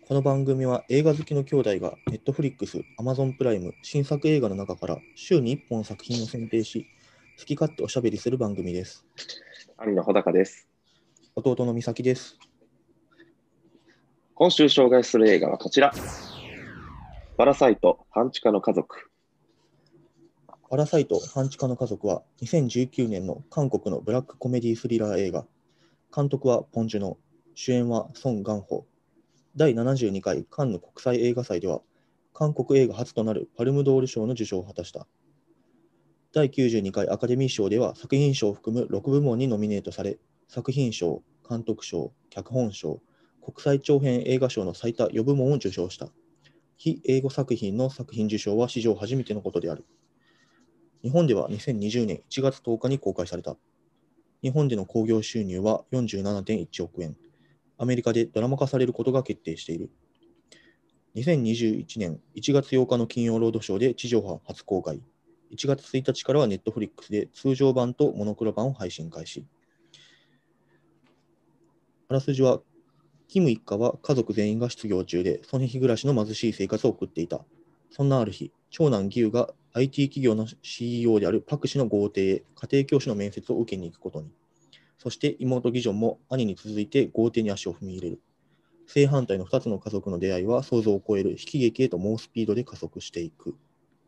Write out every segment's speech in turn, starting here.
この番組は映画好きの兄弟が Netflix、Amazon プライム、新作映画の中から週に1本作品を選定し、好き勝手おしゃべりする番組です。 兄の穂高です。 弟の美咲です。 今週紹介する映画はこちら。パラサイト半地下の家族。 パラサイト半地下の家族は2019年の韓国のブラックコメディスリラー映画。監督はポン・ジュノ、主演はソン・ガンホ。第72回カンヌ国際映画祭では韓国映画初となるパルムドール賞の受賞を果たした。第92回アカデミー賞では作品賞を含む6部門にノミネートされ、作品賞、監督賞、脚本賞、国際長編映画賞の最多4部門を受賞した。非英語作品の作品受賞は史上初めてのことである。日本では2020年1月10日に公開された。日本での興行収入は 47.1 億円。アメリカでドラマ化されることが決定している。2021年1月8日の金曜ロードショーで地上波初公開。1月1日からはネットフリックスで通常版とモノクロ版を配信開始。あらすじは、キム一家は家族全員が失業中で、その日暮らしの貧しい生活を送っていた。そんなある日、長男ギウが IT 企業の CEO であるパク氏の豪邸へ家庭教師の面接を受けに行くことに。そして妹ギジョンも兄に続いて豪邸に足を踏み入れる。正反対の2つの家族の出会いは想像を超える悲喜劇へと猛スピードで加速していく。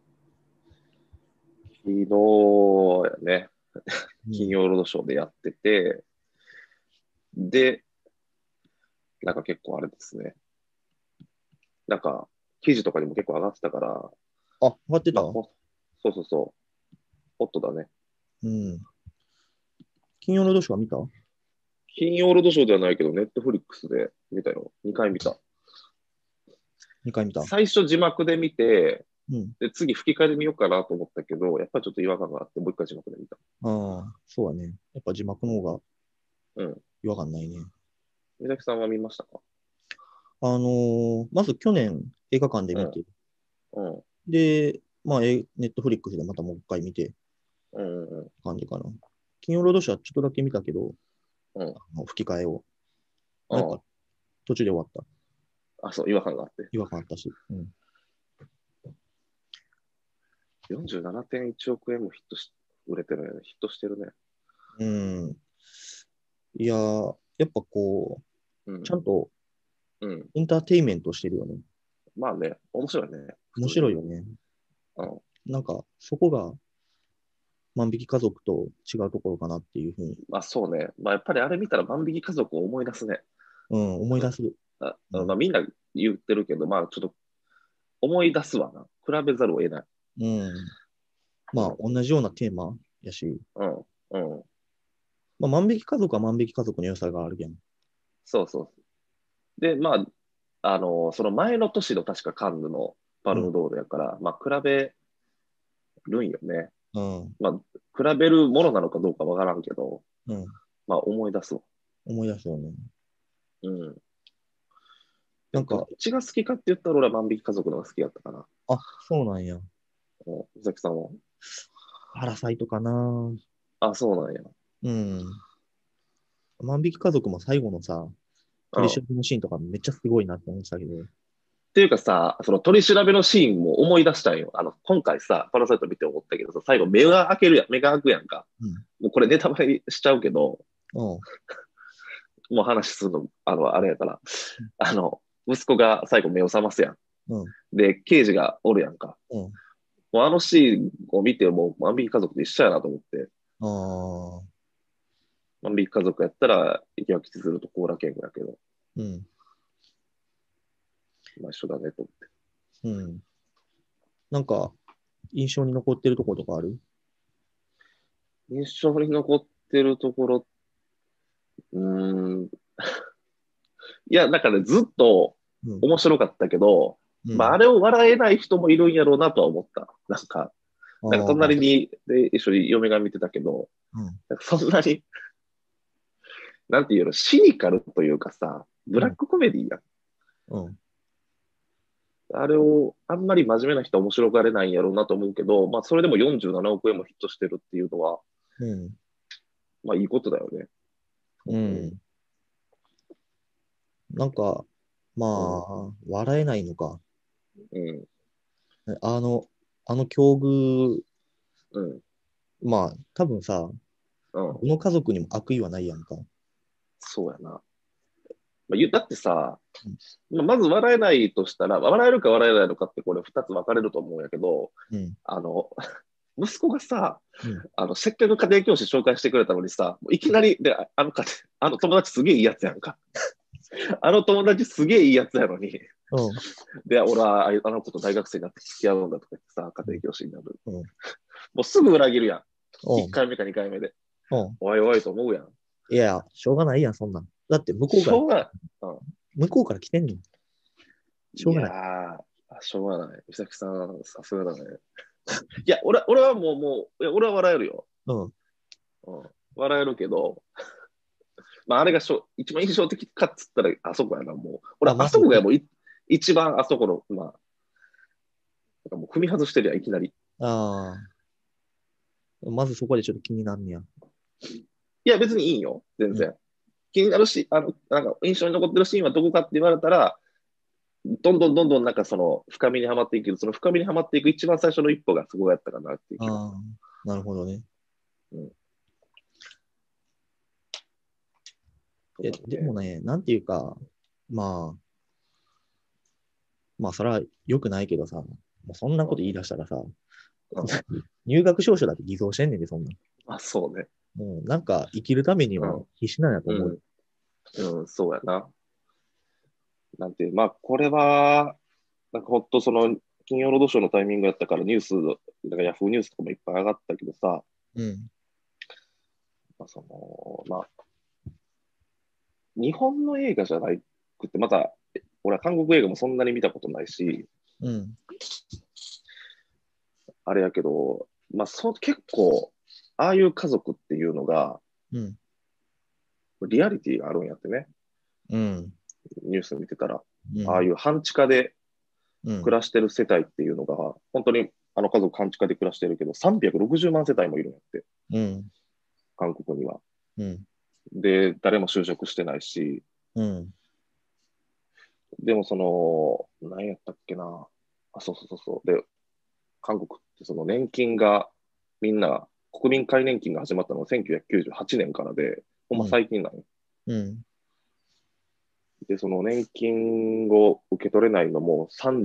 昨日やね、金曜ロードショーでやってて、で、なんか結構あれですね。なんか、記事とかにも結構上がってたから、 あ、上がってた。 そうそうそう、ホットだね。 うん。金曜ロードショーは見た？ 金曜ロードショーではないけど、ネットフリックスで見たよ。2回見た。 2回見た。 最初字幕で見て、 うん。 で、次吹き替えで見ようかなと思ったけど、やっぱりちょっと違和感があって、もう一回字幕で見た。 ああ、そうだね。やっぱ字幕の方がうん。 違和感ないね。 美咲さんは見ましたか？ まず去年映画館でうん。 見て、 うん。 で、まあ、ネットフリックスでまたもう一回見て、 うん。うん。 感じかな。金曜ロードショーはちょっとだけ見たけど、 うん。 吹き替えを。まあ、やっぱうん。 途中で終わった。 あ、そう、違和感があって。 違和感あったし。うん。 47.1億円も売れてるね。ヒットしてるね。 うん。いやー、やっぱこう、ちうん。 ゃんとうん。 エンターテインメントしてるよね。 まあね、面白いね。普面通に。 白いよね。 うん。 なんか、そこが万引き家族と違うところかなっていうふうに、 まあそうね。まあやっぱりあれ見たら万引き家族を思い出すね。 うん、思い出す。うん。 まあみんな言ってるけど、まあちょっと思い出すわな。比べざるを得ない。 うん。まあ、 うん。 同じようなテーマやし、 うん。うん。 まあ、万引き家族は万引き家族の良さがあるやん。 そうそう。で、まあ、その前の年の確かカンヌのパうん。 ルムドールやから、まあ比べるんよね。 うん。 まあ、比べるものなのかどうかわからんけど、 うん。 まあ思い出すわ。 思い出すよね。 うん。でもどっなんか、 ちが好きかって言ったら俺は万引き家族の方が好きだったかな。 あ、そうなんや。 美咲さんは？ パラサイトかな。 あ、そうなんや。 うん。万引き家族も最後のさ、 うん。っ取り調べのシーンとかめっちゃすごいなって思ってたけど。 ていうかさ、その取り調べのシーンも思い出したんよ。今回さ、パラサイト見て思ったけどさ、最後目が開けるやん、目が開くやんか。 うん。 もうこれネタバレしちゃうけど、 うん。 もう話するの、あれやから、息子が最後目を覚ますやん。 うん。 で、刑事がおるやんか。 うん。 もうあのシーンを見て、もう万引き家族と一緒やなと思って、 ああ。 万引き家族やったら、池脇千鶴と高良健吾やけど、 うん。 まあ一緒だねと思って。 うん。なんか、印象に残ってるところとかある？ 印象に残ってるところ、うーん、いや、なんかね、ずっとうん。 面白かったけど、まあ、 うん。 あれを笑えない人もいるんやろうなとは思った。 あなんかあ。 隣に、一緒に嫁が見てたけど、 うん。 なんかそんなに、なんていうの、シニカルというかさ、ブうん。 ラックコメディやん。 うん。 あれをあんまり真面目な人は面白がれないんやろうなと思うけど、まあそれでも47億円もヒットしてるっていうのは、 うん。 まあいいことだよね。本当に。 うん。なんか、 まうん。 あ、笑えないのか。 うん。 あの、あの境遇、 うん。 まあ、多分さ、 うん。 どの家族にも悪意はないやんか。 そうやな。まあ、だってさ、 うん。 まず笑えないとしたら、笑えるか笑えないのかってこれ二つ分かれると思うんやけど、 うん。 あの、息子がさ、 うん。 せっかく家庭教師紹介してくれたのにさ、いきなり、で、あの友達すげえいいやつやんか。あの友達すげえいいやつやのに、 うん。 で、俺はあの子と大学生になって付き合うんだとか言ってさ、家うん。 庭教師になる。 うん。 もうすぐ裏切るやん。1 うん。 回目か2回目で。 うん。 おいおいと思うやん。 いや、しょうがないやん、そんなん。だって、 しょうがない。う向こうから来てんねん。しん、いやょうがない。 しょうがない。美咲さん、さすがだね。いや、俺はいや、俺は笑えるよ。 うん。 うん、笑えるけど、まあ、あれが一番印象的かっつったら、あそこやな、もう。俺、 あ、まあず、 そこがもう一番あそこの、まあ、なんかもう踏み外してるやん、いきなり。 あまずそこでちょっと気になんねや。 いや、別にいいよ、全うん。 然。気になるし、なんか印象に残ってるシーンはどこかって言われたら、どんどんなんかその深みにはまっていくけど、その深みにはまっていく一番最初の一歩がそこやったかなっていう気がすああ、なるほどね。 る。うん。そうだね。 でもね、なんていうか、まあ、まあ、それは良くないけどさ、もうそんなこと言い出したらさ、 うん。 入学証書だって偽造してんねんで、そんな。 あ、そうね。 もう、なんか、生きるためにはうん。 必死なんやと思う。 うん。うん、そうやな。なんて、まあ、これは、なんかほっとその、金曜ロードショーのタイミングやったからニュース、なんかヤフーニュースとかもいっぱい上がったけどさ、 うん。 まあ、まあ、日本の映画じゃないくて、また、俺は韓国映画もそんなに見たことないし、 うん。 あれやけど、まあ、結構、ああいう家族っていうのが、 うん。 リアリティがあるんやってね、 うん。 ニュース見てたら、 うん。 ああいう半地下でうん。 暮らしてる世帯っていうのが、本当にあの家族半地下で暮らしてるけど、360万世帯もいるんやって、 うん。 韓国には。 うん。 で、誰も就職してないし、 うん。 でも何やったっけな。あ、そう。で、韓国ってその年金が、みんな、国民皆年金が始まったのは1998年からで、ほんまうん。 最近なんよ。 うん。 で、その年金を受け取れないのも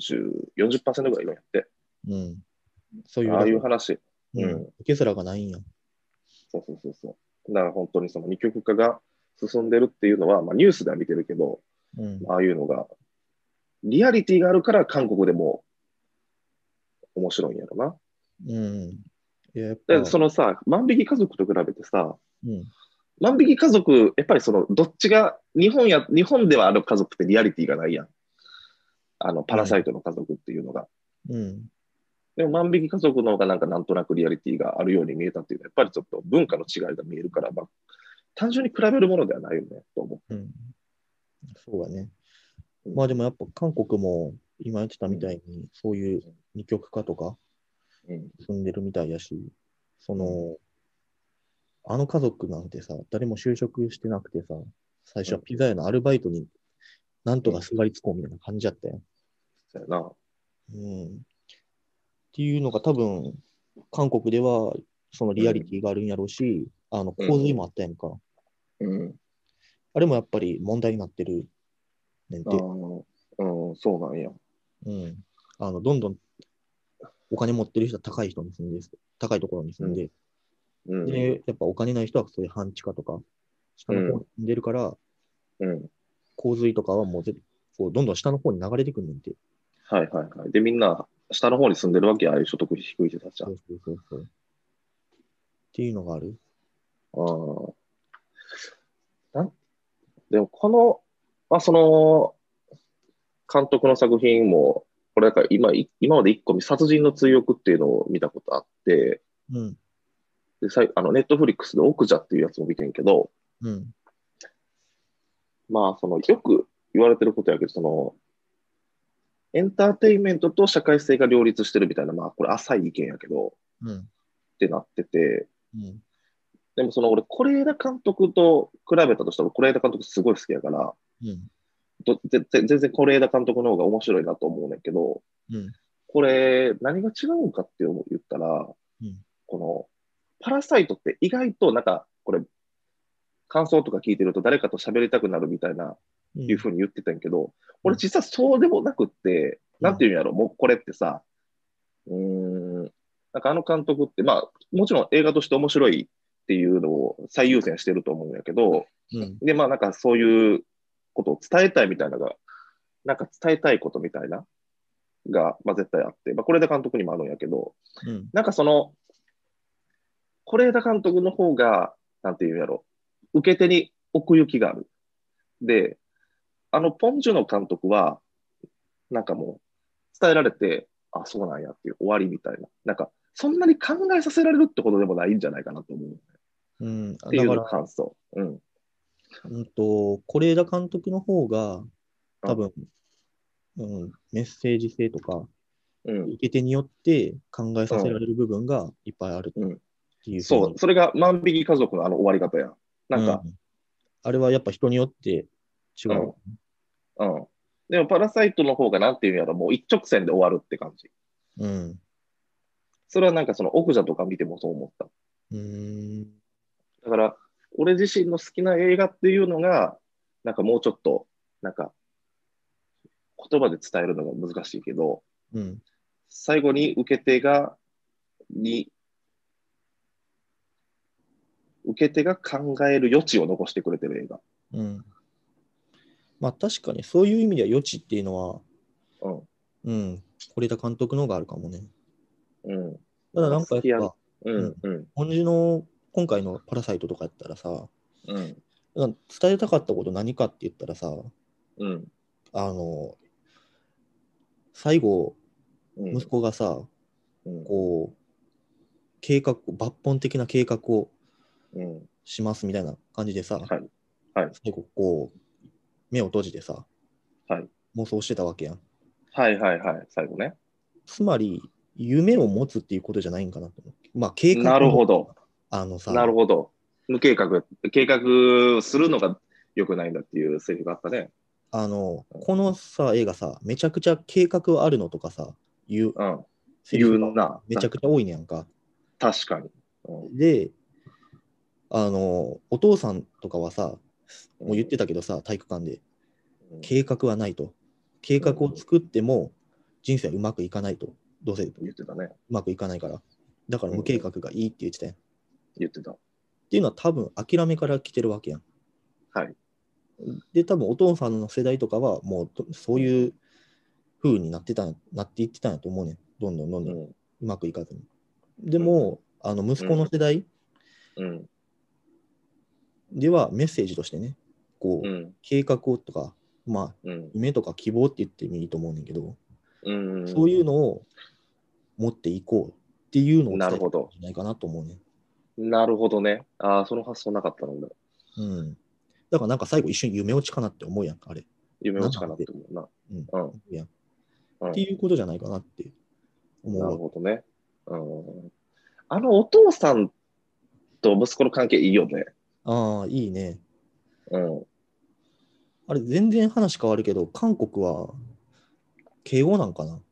30、40%ぐらいいるんやって。 うん。そういう、 ああだから、 いう話。 うん。 うん。 受け皿がないんや。 そう。だから本当にその二極化が進んでるっていうのは、まあニュースでは見てるけど、 うん。 ああいうのが、リアリティがあるから韓国でも面白いんやろな。 うん。いや、やっで、 ぱ、 そのさ、万引き家族と比べてさ、 うん。 万引き家族、やっぱりどっちが、日本ではある家族ってリアリティがないやん。パラサイうん。 トの家族っていうのが。 うん。 でも万引き家族の方がなんとなくリアリティがあるように見えたっていうのは、やっぱりちょっと文化の違いが見えるから、まあ、単純に比べるものではないよね、と思うん。そうだね。 う。うん。 まあでもやっぱ韓国も今言ってたうん。 みたいに、そういう二極化とかうん。 進んでるみたいやし、そうん。 の、あの家族なんてさ、誰も就職してなくてさ、最初はうん。 ピザ屋のアルバイトになんうん。 とかすがりつこうみたいな感じやったよ。 そうやな。 うん。っていうのが多分、韓国ではそのリアリうん。 ティがあるんやろうし、 うん。 洪水もあったやんか。 うん。 あれもやっぱり問題になってるねんあて。 あ、うん、そうなんや。 うん。どんどんお金持ってる人は高いところに住うん。 んで、 うん。 で、やっぱお金ない人はそういう半地下とか、下うん。 の方に住んでるから、 うん。 洪水とかはもうこうどんどん下の方に流れてくんねんて。 はい。で、みんな、下の方に住んでるわけや、ああいう所得低い人たちは。 そう。っていうのがある。 あなんでも、まあ、その、監督の作品も、これだから今まで一個殺人の追憶っていうのを見たことあって、 うん、 で、ネットフリックスで奥者っていうやつも見てんけど、 うん、 まあ、よく言われてることやけど、エンターテインメントと社会性が両立してるみたいな、まあ、これ浅い意見やけど、 うん、 ってなってて、 うん、 でも俺、是枝監督と比べたとしたら、是枝監督すごい好きやから、 うん、 全然是枝監督の方が面白いなと思うねんけど、 うん。 これ、何が違うんかって言ったら、 うん。 この、パラサイトって意外と、なんか、これ、感想とか聞いてると誰かと喋りたくなるみたいな、いううん。 ふうに言ってたんやけど、 うん。 俺実はそうでもなくって、 うん。 なんていうんやろ、もうこれってさ、うーん、なんかあの監督って、まあ、もちろん映画として面白いっていうのを最優先してると思うんやけど、 うん。 で、まあなんかそういうことを伝えたいみたいなのが、なんか伝えたいことみたいなが、まあ絶対あって、まあこれで監督にもあるんやけど、 うん。 なんかその、是枝監督の方が、なんていうんやろ、受け手に奥行きがある。で、ポン・ジュノ監督は、なんかもう、伝えられて、あ、そうなんやっていう終わりみたいな。なんか、そんなに考えさせられるってことでもないんじゃないかなと思う。っうん。 ていうだから、 感想。うん。 是枝監督の方が、 うん。 多分、メッセージ性とか、 うん。 受け手によって考えうん。 させられる部分がいっぱいあるっうん。 ていうふうに。 そう。それが万引き家族のあの終わり方や。なんか、 うん。あれはやっぱ人によって違う。 うん。うん。でも、パラサイトの方がなんていうんやろ、もう一直線で終わるって感じ。 うん。 それはなんかその奥者とか見てもそう思った。 うーん。 だから、俺自身の好きな映画っていうのが、なんかもうちょっと、なんか言葉で伝えるのが難しいけど、 うん。 最後にに、受け手が考える余地を残してくれてる映画。 うん。まあ確かにそういう意味では余地っていうのは、 うん。 うん、是枝監督のがあるかもね。 うん。だからただなん好きや、 かやっぱ、うん。 うん、うん、 本日の今回のパラサイトとかやったらさ、 うん、 伝えたかったこと何かって言ったらさ、 うん、 あの、最後、 うん、 息子がさ、 うん、 こう、抜本的な計画をうん。 しますみたいな感じでさ、 はい、はい、 最後こう、目を閉じてさ、 はい。 妄想してたわけやん。 はい、はい、はい。最後ね。 つまり、夢を持つっていうことじゃないんかなと思う。まあ、計画なるも、 ほど。なるさ、 ほど。無計画、計画するのが良くないんだっていうセリフがあったね。 このさ、映画さ、めちゃくちゃ計画あるのとかさ、いううん。 セリフが言うな。 めちゃくちゃ多いねやんか。 確かに。うん、 で、お父さんとかはさ、もう言っうん、 てたけどさ、体育館で、 うん、 計画はないと。計うん。 画を作っても人生はうまくいかないと。どうせう言ってたね。 まくいかないから。だからうん、 無計うん。 画がいいって言ってたやん。っ言ってた。 ていうのは多分諦めから来てるわけやん。 はい。 で、多分お父さんの世代とかはもうそううん、 いう風になっていってたんやと思うねん。どんどんどんどんうん、 うまくいかずに。でうん、 も、息子のうん、 世代うん、 ではメッセージとしてね、こう、 うん、 計画をとか、まあ、 うん、 夢とか希望って言ってもいいと思うねんけど、 うそういうん。 のを持っていこうっていうのを伝えたんなるほど。 じゃないかなと思うね。 なるほどね。ああ、その発想なかったのだ。 うん。だからなんか最後一瞬夢落ちかなって思うやんか、あれ。 夢落ちかなっなんなんて。 て思うな。 うん。 うん、 思うやん。っうん。 ていうことじゃないかなって思うなるわ。 ほどね。うん。お父さんと息子の関係いいよね。 ああ、いいね。 うん。 あれ、全然話変わるけど、韓国は敬語なんかな。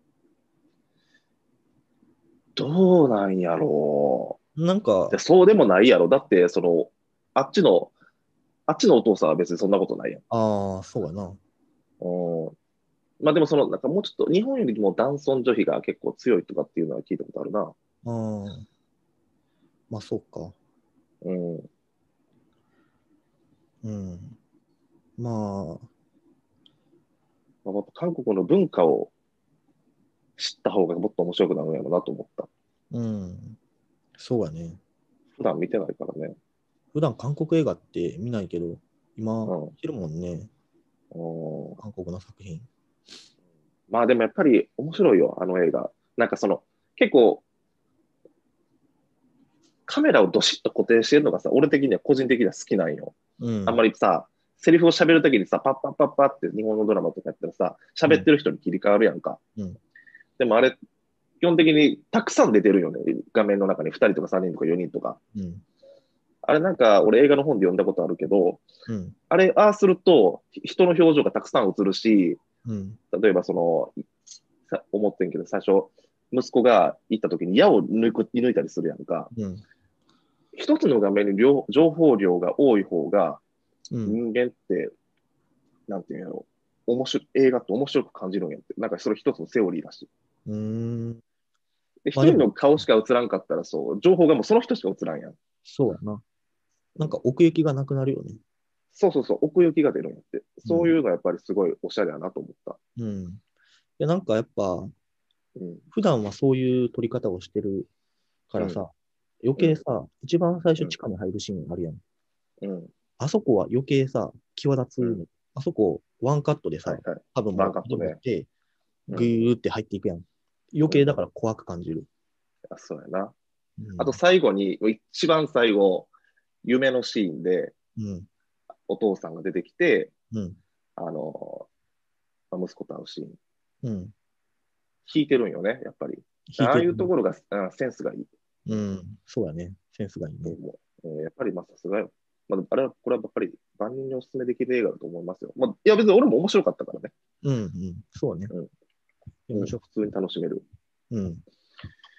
どうなんやろう。 なんか、 そうでもないやろ。だって、あっちの、あっちのお父さんは別にそんなことないやん。 ああ、そうやな。 うん。まあでもなんかもうちょっと、日本よりも男尊女卑が結構強いとかっていうのは聞いたことあるな。 ああ、まあそうか。 うん。 うん。まあ、 まあ、やっぱ韓国の文化を知った方がもっと面白くなるんやろうなと思った。 うん。そうやね。 普段見てないからね。 普段韓国映画って見ないけど、今、 うん。 見てるもんね。 うん。 韓国の作品。 まあでもやっぱり面白いよ、あの映画。なんか結構カメラをどしっと固定してるのがさ、俺的には個人的には好きなんよ。あんうん。 まりさ、セリフを喋るときにさ、パッパッパッパって日本のドラマとかやったらさ、 うん。 喋ってる人に切り替わるやんか。 うん。 でもあれ、基本的にたくさん出てるよね。画面の中に2人とか3人とか4人とか。 うん。 あれなんか、俺映画の本で読んだことあるけど、 うん。 あれ、ああすると、人の表情がたくさん映るし、 うん。 例えば思ってんけど、最初、息子が行った時に矢を射抜いたりするやんか。 うん。 一つの画面に情報量が多い方が、 うん。 人間って、なんていうんやろ、映画って面白く感じるんやって。なんかそれ一つのセオリーだし。 うーん。 で、 まあでも、 一人の顔しか映らんかったら、情報がもうその人しか映らんやん。 そうやな。なんか奥行きがなくなるよね。 そうそうそう、奥行きが出るんやって。 うん。 そういうのはやっぱりすごいおしゃれやなと思った。 うん。いや、なんかやっぱ、 うん、 普段はそういう撮り方をしてるかうん、 らさ、余うん、 計さ、一番最うん、 初地下に入るシーンあるやん。 うん、 あそこは余計さ、際立つうん。 の。あそこ、ワンカットでさ、 はいはい。 多分もう、 ワンカットね。 持って、ぐうん、 ーって入っていくやん。余うん。 計だから怖く感じる。 あ、そうやな。あとうん。 最後に、一番最後、夢のシーンでうん。 お父さんが出てきて、 うん。 あの、息子と会うシーン。 うん。 弾いてるんよね、やっぱり。ああ弾いてるね。 いうところが、センスがいい。 うん。そうやね。センスがいいね。 と思う。やっぱりまあさすがよ。まあ、あれは、これはやっぱり万人にお勧めできる映画だと思いますよ。まあ、いや別に俺も面白かったからね。 うん。うん。そうね。 うん。うん、 面白かった。 普通に楽しめる。 うん。